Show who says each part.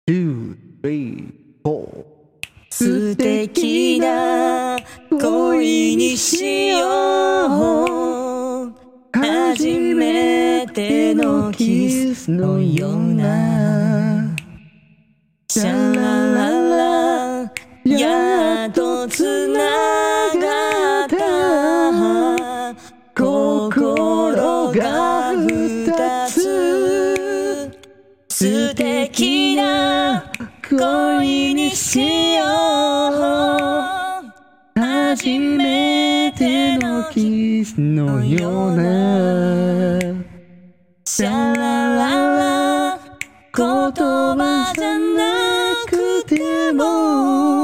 Speaker 1: two, three, four.
Speaker 2: 素敵な恋にしよう。初めてのキスのような。シャラララ、やっとつながった心が二つ。素敵な恋にしよう。初めてのキスのような。シャラララ、言葉じゃなくても